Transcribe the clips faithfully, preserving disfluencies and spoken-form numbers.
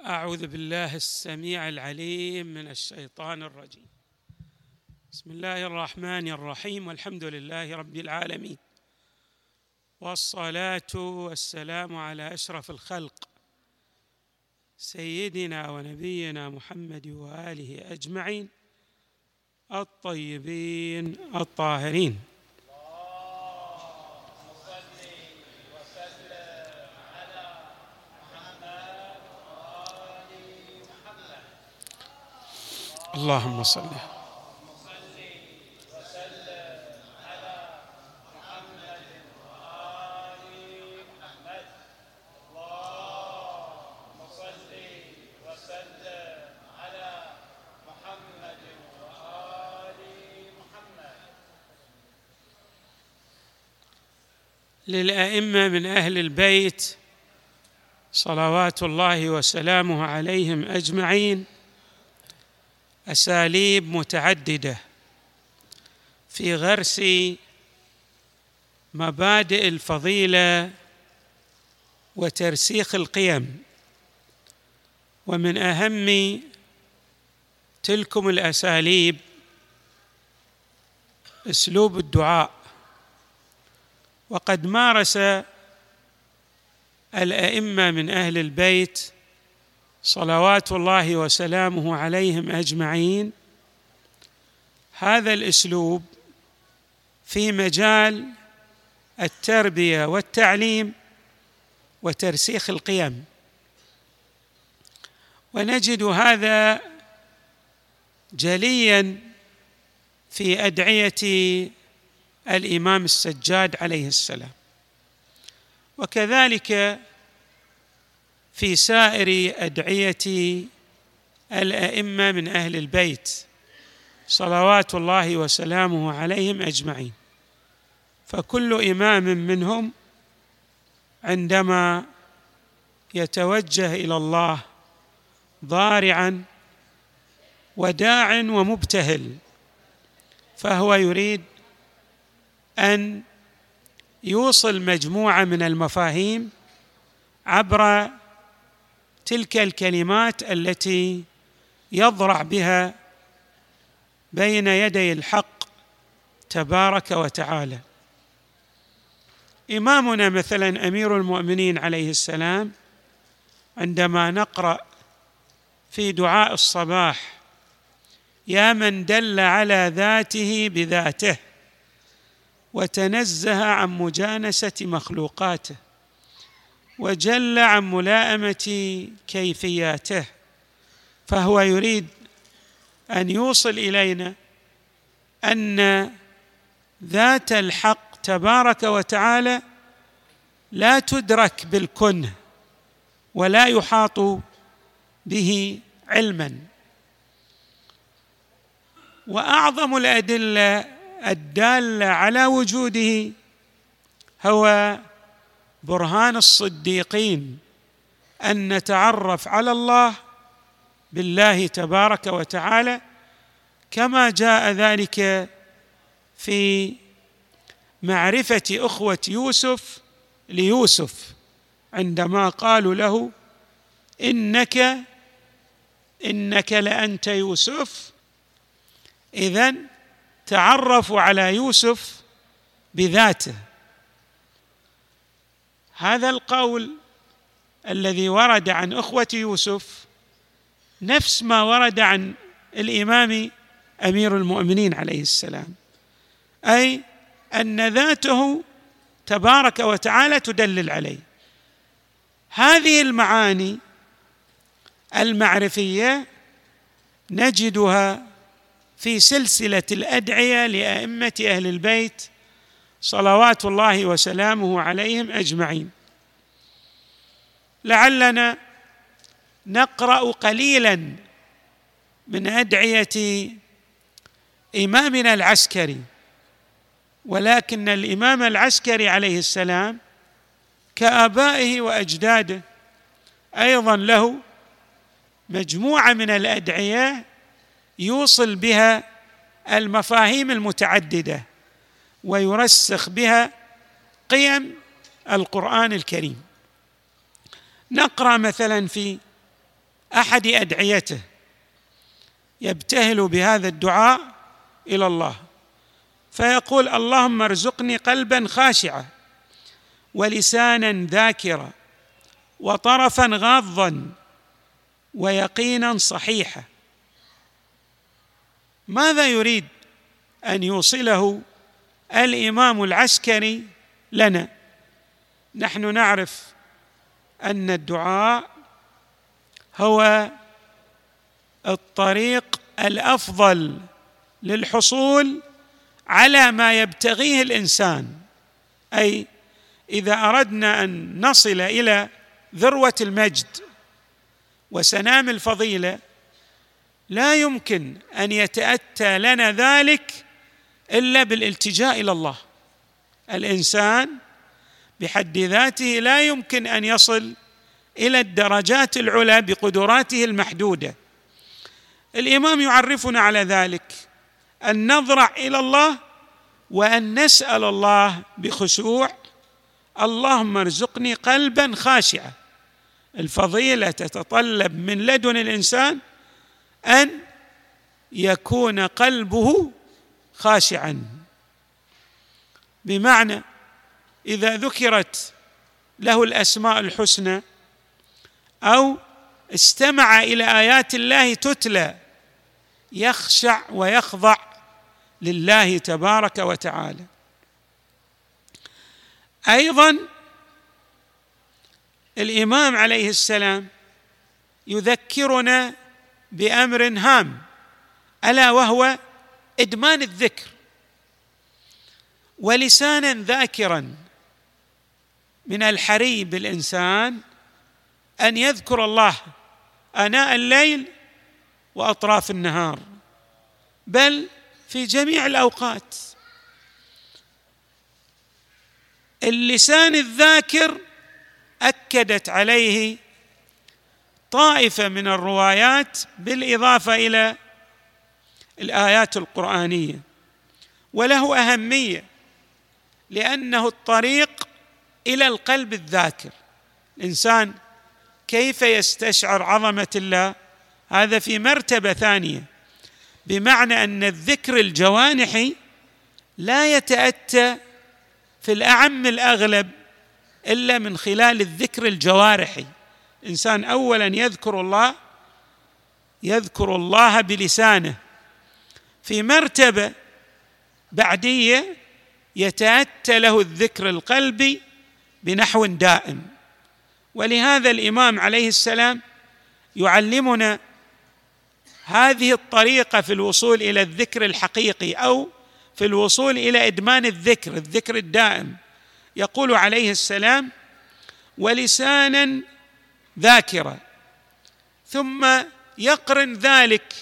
أعوذ بالله السميع العليم من الشيطان الرجيم. بسم الله الرحمن الرحيم، والحمد لله رب العالمين، والصلاة والسلام على أشرف الخلق سيدنا ونبينا محمد وآله أجمعين الطيبين الطاهرين. اللهم صل وسلم على محمد وآل محمد. اللهم صل وسلم على محمد وآل محمد. للأئمة من أهل البيت صلوات الله وسلامه عليهم أجمعين أساليب متعددة في غرس مبادئ الفضيلة وترسيخ القيم، ومن أهم تلكم الأساليب أسلوب الدعاء. وقد مارس الأئمة من أهل البيت صلوات الله وسلامه عليهم أجمعين هذا الأسلوب في مجال التربية والتعليم وترسيخ القيم، ونجد هذا جلياً في أدعية الإمام السجاد عليه السلام، وكذلك في سائر أدعية الأئمة من أهل البيت صلوات الله وسلامه عليهم أجمعين. فكل إمام منهم عندما يتوجه إلى الله ضارعاً وداعٍ ومبتهل فهو يريد أن يوصل مجموعة من المفاهيم عبر تلك الكلمات التي يضرع بها بين يدي الحق تبارك وتعالى. إمامنا مثلا أمير المؤمنين عليه السلام عندما نقرأ في دعاء الصباح: يا من دل على ذاته بذاته وتنزه عن مجانسة مخلوقاته وجل عن ملائمة كيفياته، فهو يريد أن يوصل إلينا أن ذات الحق تبارك وتعالى لا تدرك بالكنه ولا يحاط به علما. وأعظم الأدلة الدالة على وجوده هو برهان الصديقين أن نتعرف على الله بالله تبارك وتعالى، كما جاء ذلك في معرفة أخوة يوسف ليوسف عندما قالوا له: إنك إنك لأنت يوسف. إذن تعرفوا على يوسف بذاته. هذا القول الذي ورد عن أخوة يوسف نفس ما ورد عن الإمام أمير المؤمنين عليه السلام، أي أن ذاته تبارك وتعالى تدلل عليه. هذه المعاني المعرفية نجدها في سلسلة الأدعية لأئمة أهل البيت صلوات الله وسلامه عليهم أجمعين. لعلنا نقرأ قليلاً من أدعية إمامنا العسكري، ولكن الإمام العسكري عليه السلام كآبائه وأجداده أيضاً له مجموعة من الأدعية يوصل بها المفاهيم المتعددة ويرسخ بها قيم القرآن الكريم. نقرأ مثلا في أحد أدعيته يبتهل بهذا الدعاء إلى الله فيقول: اللهم ارزقني قلبا خاشعا ولسانا ذاكرا وطرفا غاضا ويقينا صحيحا. ماذا يريد أن يوصله الإمام العسكري لنا؟ نحن نعرف أن الدعاء هو الطريق الأفضل للحصول على ما يبتغيه الإنسان، أي إذا أردنا أن نصل إلى ذروة المجد وسنام الفضيلة لا يمكن أن يتأتى لنا ذلك إلا بالالتجاء إلى الله. الإنسان بحد ذاته لا يمكن أن يصل إلى الدرجات العلى بقدراته المحدودة. الإمام يعرفنا على ذلك أن نضرع إلى الله وأن نسأل الله بخشوع: اللهم ارزقني قلبا خاشعا. الفضيلة تتطلب من لدن الإنسان أن يكون قلبه خاشعا، بمعنى إذا ذكرت له الأسماء الحسنى أو استمع إلى آيات الله تتلى يخشع ويخضع لله تبارك وتعالى. أيضا الإمام عليه السلام يذكرنا بأمر هام، ألا وهو إدمان الذكر. ولسانا ذاكرا، من الحري بالإنسان أن يذكر الله آناء الليل وأطراف النهار، بل في جميع الأوقات. اللسان الذاكر أكدت عليه طائفة من الروايات بالإضافة إلى الآيات القرآنية، وله أهمية لأنه الطريق إلى القلب الذاكر. الإنسان كيف يستشعر عظمة الله؟ هذا في مرتبة ثانية، بمعنى أن الذكر الجوانحي لا يتأتى في الأعم الأغلب إلا من خلال الذكر الجوارحي. الإنسان أولاً يذكر الله يذكر الله بلسانه، في مرتبة بعدية يتأتى له الذكر القلبي بنحو دائم. ولهذا الإمام عليه السلام يعلمنا هذه الطريقة في الوصول إلى الذكر الحقيقي أو في الوصول إلى إدمان الذكر الذكر الدائم. يقول عليه السلام: ولسانا ذاكرا، ثم يقرن ذلك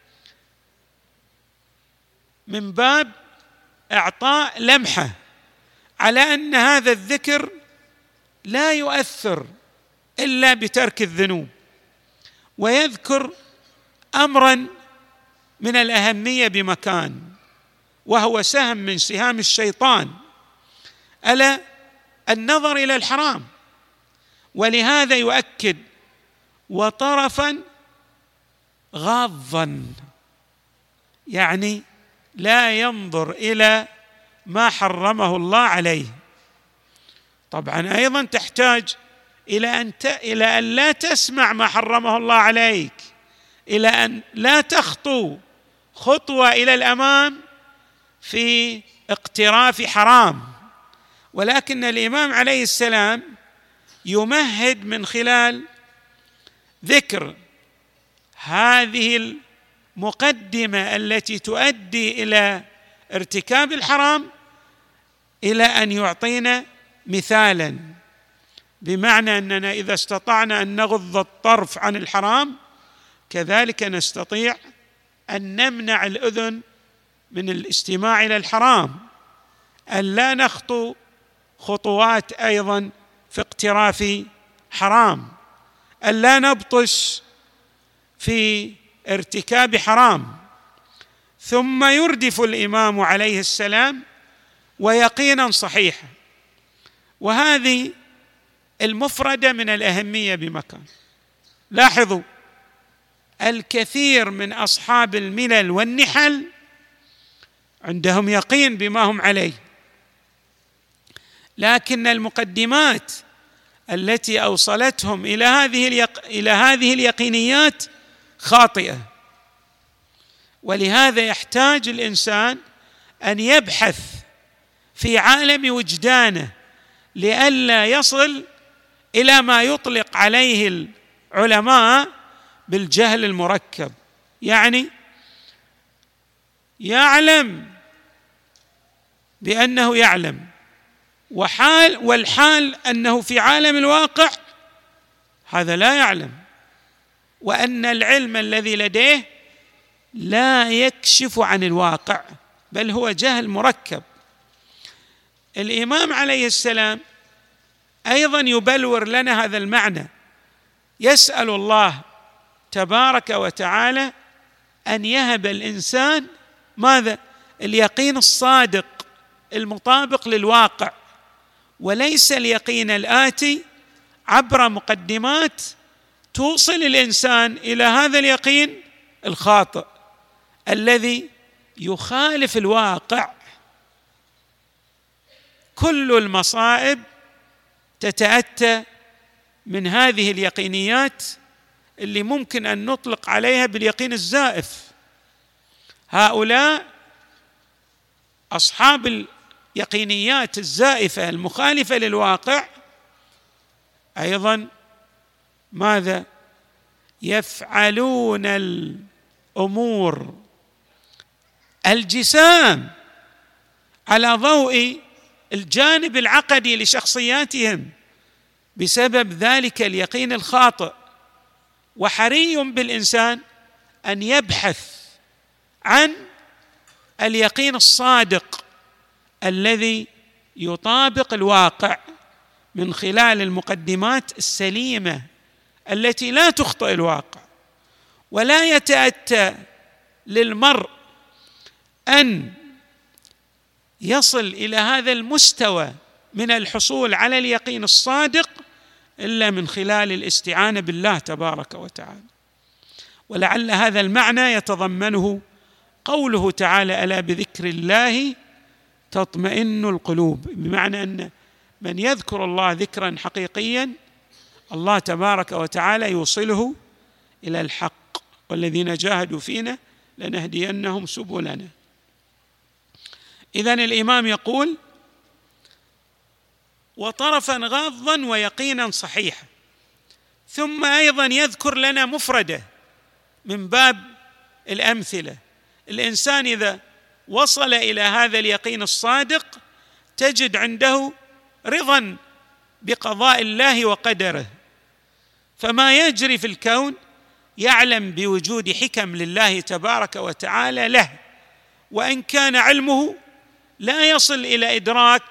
من باب إعطاء لمحة على أن هذا الذكر لا يؤثر إلا بترك الذنوب، ويذكر أمراً من الأهمية بمكان، وهو سهم من سهام الشيطان، ألا النظر إلى الحرام. ولهذا يؤكد: وطرفاً غاضاً، يعني لا ينظر إلى ما حرمه الله عليه. طبعاً أيضاً تحتاج إلى أن ت... إلى أن لا تسمع ما حرمه الله عليك، إلى أن لا تخطو خطوة إلى الأمام في اقتراف حرام. ولكن الإمام عليه السلام يمهد من خلال ذكر هذه المقدمة التي تؤدي إلى ارتكاب الحرام إلى أن يعطينا مثالاً، بمعنى أننا إذا استطعنا أن نغض الطرف عن الحرام كذلك نستطيع أن نمنع الأذن من الاستماع إلى الحرام، أن لا نخطو خطوات أيضاً في اقتراف حرام، أن لا نبطش في ارتكاب حرام. ثم يردف الإمام عليه السلام: ويقينا صحيحا. وهذه المفردة من الأهمية بمكان. لاحظوا الكثير من أصحاب الملل والنحل عندهم يقين بما هم عليه، لكن المقدمات التي أوصلتهم إلى هذه اليق... إلى هذه اليقينيات خاطئة. ولهذا يحتاج الإنسان أن يبحث في عالم وجدانه لئلا يصل إلى ما يطلق عليه العلماء بالجهل المركب، يعني يعلم بأنه يعلم وحال والحال أنه في عالم الواقع هذا لا يعلم، وأن العلم الذي لديه لا يكشف عن الواقع بل هو جهل مركب. الإمام عليه السلام أيضا يبلور لنا هذا المعنى، يسأل الله تبارك وتعالى أن يهب الإنسان ماذا؟ اليقين الصادق المطابق للواقع، وليس اليقين الآتي عبر مقدمات توصل الإنسان إلى هذا اليقين الخاطئ الذي يخالف الواقع. كل المصائب تتأتى من هذه اليقينيات اللي ممكن أن نطلق عليها باليقين الزائف. هؤلاء أصحاب اليقينيات الزائفة المخالفة للواقع أيضا ماذا؟ يفعلون الأمور الجسام على ضوء الجانب العقدي لشخصياتهم بسبب ذلك اليقين الخاطئ. وحري بالإنسان أن يبحث عن اليقين الصادق الذي يطابق الواقع من خلال المقدمات السليمة التي لا تخطئ الواقع. ولا يتأتى للمرء أن يصل إلى هذا المستوى من الحصول على اليقين الصادق إلا من خلال الاستعانة بالله تبارك وتعالى. ولعل هذا المعنى يتضمنه قوله تعالى: ألا بذكر الله تطمئن القلوب، بمعنى أن من يذكر الله ذكرا حقيقيا الله تبارك وتعالى يوصله إلى الحق، والذين جاهدوا فينا لنهدينهم سبلنا. إذن الإمام يقول: وطرفا غاضا ويقينا صحيحا. ثم أيضا يذكر لنا مفردة من باب الأمثلة. الإنسان إذا وصل إلى هذا اليقين الصادق تجد عنده رضا بقضاء الله وقدره، فما يجري في الكون يعلم بوجود حكم لله تبارك وتعالى له، وإن كان علمه لا يصل إلى إدراك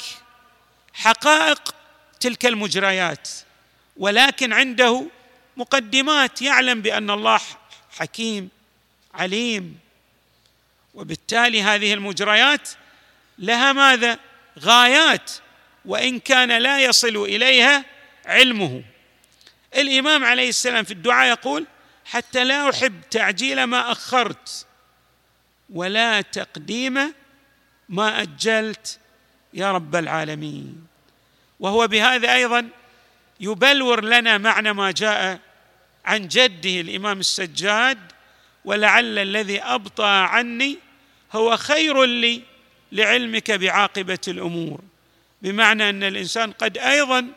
حقائق تلك المجريات، ولكن عنده مقدمات يعلم بأن الله حكيم عليم، وبالتالي هذه المجريات لها ماذا؟ غايات، وإن كان لا يصل إليها علمه. الإمام عليه السلام في الدعاء يقول: حتى لا أحب تعجيل ما أخرت ولا تقديم ما أجلت يا رب العالمين. وهو بهذا أيضا يبلور لنا معنى ما جاء عن جده الإمام السجاد: ولعل الذي أبطأ عني هو خير لي لعلمك بعاقبة الأمور، بمعنى أن الإنسان قد أيضا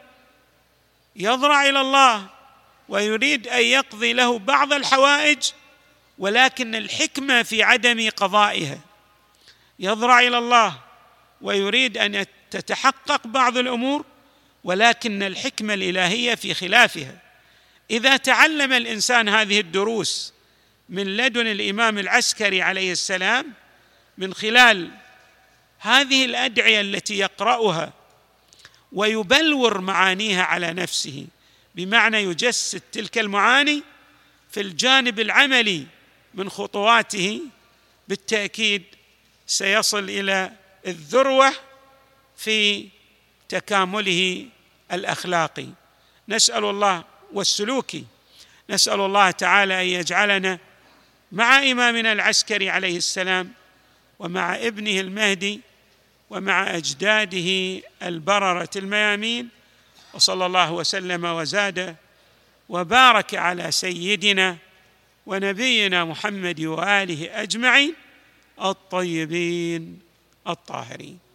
يضرع إلى الله ويريد أن يقضي له بعض الحوائج، ولكن الحكمة في عدم قضائها. يضرع إلى الله ويريد أن تتحقق بعض الأمور، ولكن الحكمة الإلهية في خلافها. إذا تعلم الإنسان هذه الدروس من لدن الإمام العسكري عليه السلام من خلال هذه الأدعية التي يقرأها ويبلور معانيها على نفسه، بمعنى يجسد تلك المعاني في الجانب العملي من خطواته، بالتأكيد سيصل إلى الذروة في تكامله الأخلاقي. نسأل الله والسلوكي. نسأل الله تعالى أن يجعلنا مع إمامنا العسكري عليه السلام ومع ابنه المهدي ومع أجداده البررة الميامين، وصلى الله وسلم وزاد وبارك على سيدنا ونبينا محمد وآله أجمعين الطيبين الطاهرين.